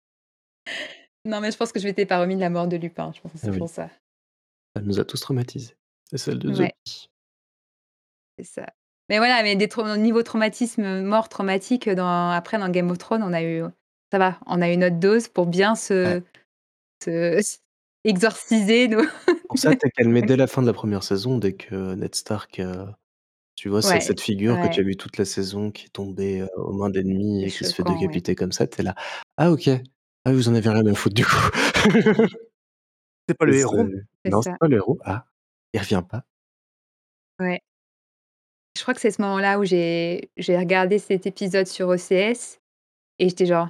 Non, mais je pense que je m'étais pas remis de la mort de Lupin, je pense que Ah c'est pour oui, ça. elle nous a tous traumatisés. Et celle de Ouais, Zoé. c'est ça. Mais voilà, mais des trau niveau traumatisme, mort traumatique, dans après dans Game of Thrones, on a eu ça va, on a eu notre dose pour bien Ouais. se se exorciser nos Bon ça, tu es calmé dès la fin de la première saison, dès que Ned Stark, heu, tu vois ce Ouais, cette figure que tu as ouais, vue toute la saison qui est tombée, heu, aux mains d'ennemis c'est et qui se fait choquant, ouais. décapiter comme ça, tu es là: «Ah OK. Ah oui, vous en avez rien à foutre du coup». C'est pas Et le c'est héros. C'est non, c'est ça, pas le héros. Ah, il revient pas. ouais. Je crois que c'est ce moment-là où j'ai j'ai regardé cet épisode sur O C S et j'étais genre: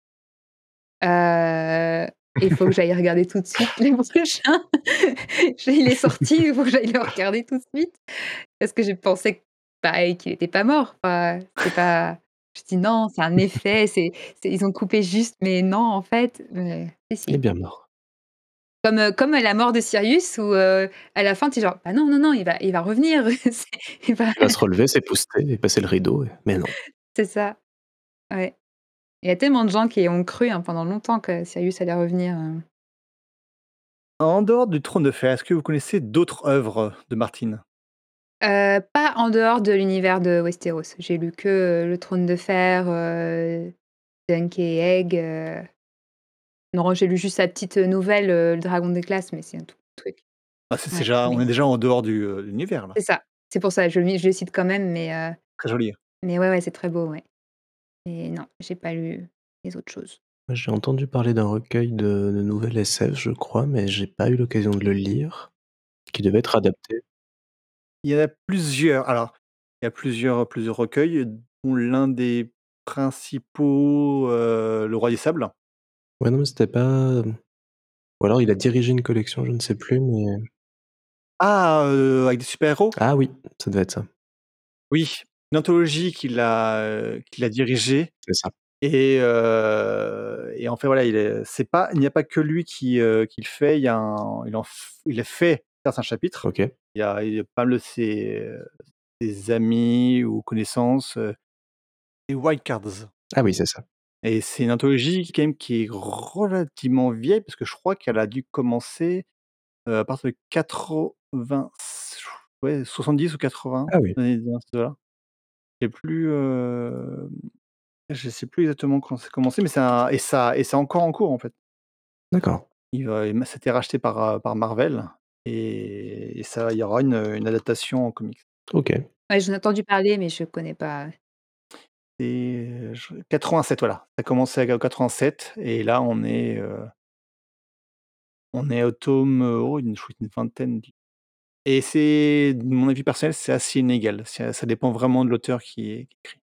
«Heu, il faut que j'aille regarder tout de suite le prochain. Il est sorti, il faut que j'aille le regarder tout de suite». Parce que je pensais, bah, qu'il était pas mort, enfin, c'est pas je dis: «Non, c'est un effet, c'est c'est ils ont coupé juste», mais non, en fait, heu, si, Il est si. bien mort. Comme, heu, comme la mort de Sirius où, heu, à la fin, tu es genre: «Bah, non, non, non, il va il va revenir, c'est il va» Il va se relever, s'épousseter et passer le rideau et mais non. c'est ça, ouais. Il y a tellement de gens qui ont cru, hein, pendant longtemps que Sirius allait revenir, heu. En dehors du Trône de Fer, est-ce que vous connaissez d'autres œuvres de Martine? Heu, pas en dehors de l'univers de Westeros. J'ai lu que, heu, Le Trône de Fer, heu, Dunk et Egg, heu non, j'ai lu juste sa petite, nouvelle, heu, Le Dragon des Glaces, mais c'est un tout petit truc. Ah, c'est c'est Ouais, déjà on mais est déjà en dehors du, heu, de l'univers là. c'est ça. C'est pour ça, je le je le cite quand même, mais heu, Très joli. mais ouais, ouais, c'est très beau, ouais. Mais non, j'ai pas lu les autres choses. Moi, j'ai entendu parler d'un recueil de de nouvelles S F, je crois, mais j'ai pas eu l'occasion de le lire, qui devait être adapté. il y en a plusieurs. Alors, il y a plusieurs, plusieurs recueils, dont l'un des principaux, heu, Le Roi des Sables. Ouais, non, mais c'était pas, hem ou alors il a dirigé une collection, je ne sais plus, mais Ah, heu, avec des super-héros? ah oui, ça devait être ça. Oui, une anthologie qu'il a, heu, qu'il a dirigée C'est ça. et heu et en fait, voilà, il est c'est pas il n'y a pas que lui qui, heu, qui le fait, il y a un il en f il a fait certains chapitres. OK. Il y a il y a pas mal de ses, heu, ses amis ou connaissances, heu, les Wildcards Ah oui, c'est ça. et c'est une anthologie quand même qui est relativement vieille parce que je crois qu'elle a dû commencer, heu, à partir de quatre-vingts ouais, soixante-dix ou quatre-vingts, Ah oui, dans les dans ces eaux-là. Je sais plus, hem, je sais plus exactement quand c'est commencé, mais c'est un et ça et c'est encore en cours, en fait. d'accord. Il va il m'a ça a été racheté par, heu, par Marvel et et ça il y aura une, une adaptation en comics. OK, Ouais, j'en ai entendu parler, mais je connais pas. Et je quatre-vingt-sept, voilà. Ça a commencé à quatre-vingt-sept et là on est, heu, on est au tome, heu, oh une je crois une vingtaine d et c'est de mon avis personnel, c'est assez inégal. Ça ça dépend vraiment de l'auteur qui é qui écrit.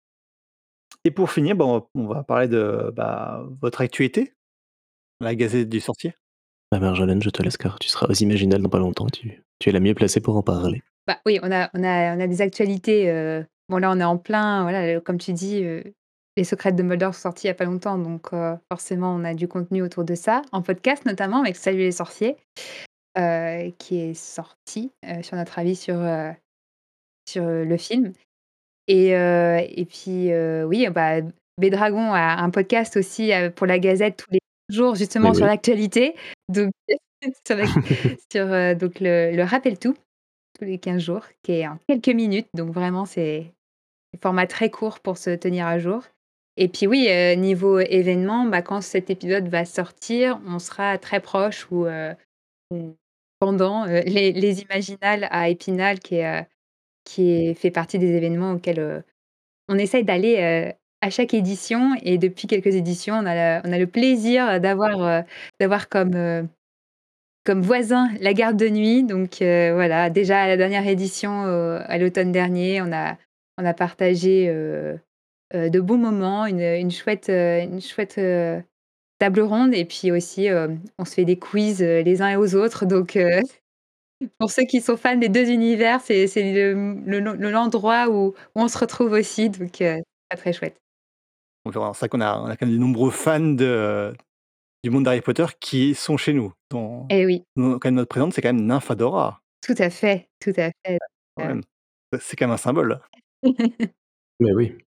Et pour finir, bah, on va on va parler de, bah, votre actualité, la Gazette du Sorcier. bah, Marjolaine, je te laisse car tu seras aux Imaginales dans pas longtemps, tu tu es la mieux placée pour en parler. Bah, oui, on a on a on a des actualités, heu, bon là, on est en plein, voilà, heu, comme tu dis, heu, Les Secrets de Dumbledore sont sortis il y a pas longtemps, donc heu, forcément, on a du contenu autour de ça, en podcast notamment avec Salut les sorciers, heu, qui est sorti, heu, sur notre avis sur, heu, sur, heu, le film et heu et puis, heu, oui, bah, Bédragon a un podcast aussi, heu, pour la Gazette tous les jours Oui, justement sur oui. l'actualité, donc sur l'ac sur, heu, donc le le Rappel Tout. Tous les quinze jours, qui est en quelques minutes, donc vraiment c'est un format très court pour se tenir à jour. Et puis oui, heu, niveau événement, bah, quand cet épisode va sortir, on sera très proche ou, heu, ou pendant, heu, les les Imaginales à Épinal qui est, heu, qui est fait partie des événements auxquels, heu, on essaye d'aller, heu, à chaque édition et depuis quelques éditions, on a la on a le plaisir d'avoir, heu, d'avoir comme, heu comme voisin, la garde de nuit, donc heu, voilà, déjà à la dernière édition, heu, à l'automne dernier, on a on a partagé, heu heu, de bons moments, une, une chouette, heu, une chouette, heu, table ronde et puis aussi, hem, on se fait des quiz, heu, les uns et aux autres, donc heu, pour ceux qui sont fans des deux univers, c'est c'est le, mmh, le le l'endroit où où on se retrouve aussi, donc heu, très, très chouette. Donc voilà, c'est vrai qu'on a on a quand même de nombreux fans de du monde d'Harry Potter qui sont chez nous. Dont Eh oui, nous quand même notre présidente, c'est quand même Nymphadora, tout à fait, tout à fait, quand heu même. C'est quand même un symbole. Mais oui.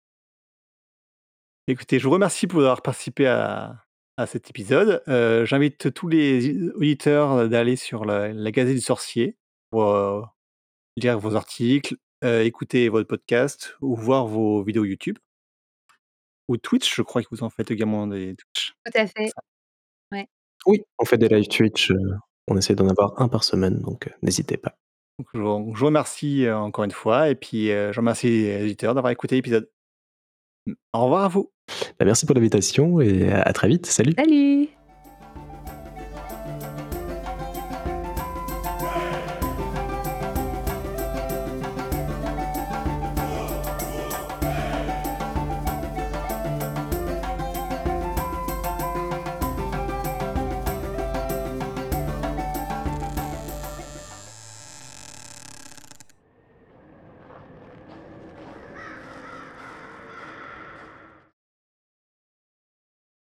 Écoutez, je vous remercie pour avoir participé à à cet épisode. Heu, j'invite tous les i auditeurs d'aller sur la la Gazette du Sorcier pour, heu, lire vos articles, heu, écouter votre podcast ou voir vos vidéos YouTube ou Twitch, je crois que vous en faites également des Twitch. tout à fait, Ça ouais. Oui, on fait des live Twitch, heu, on essaie d'en avoir un par semaine, donc heu, n'hésitez pas. donc je vous je vous remercie, heu, encore une fois et puis, heu, je remercie les auditeurs d'avoir écouté l'épisode. Mmh, au revoir à vous. Bah, merci pour l'invitation et à à très vite. Salut. Salut!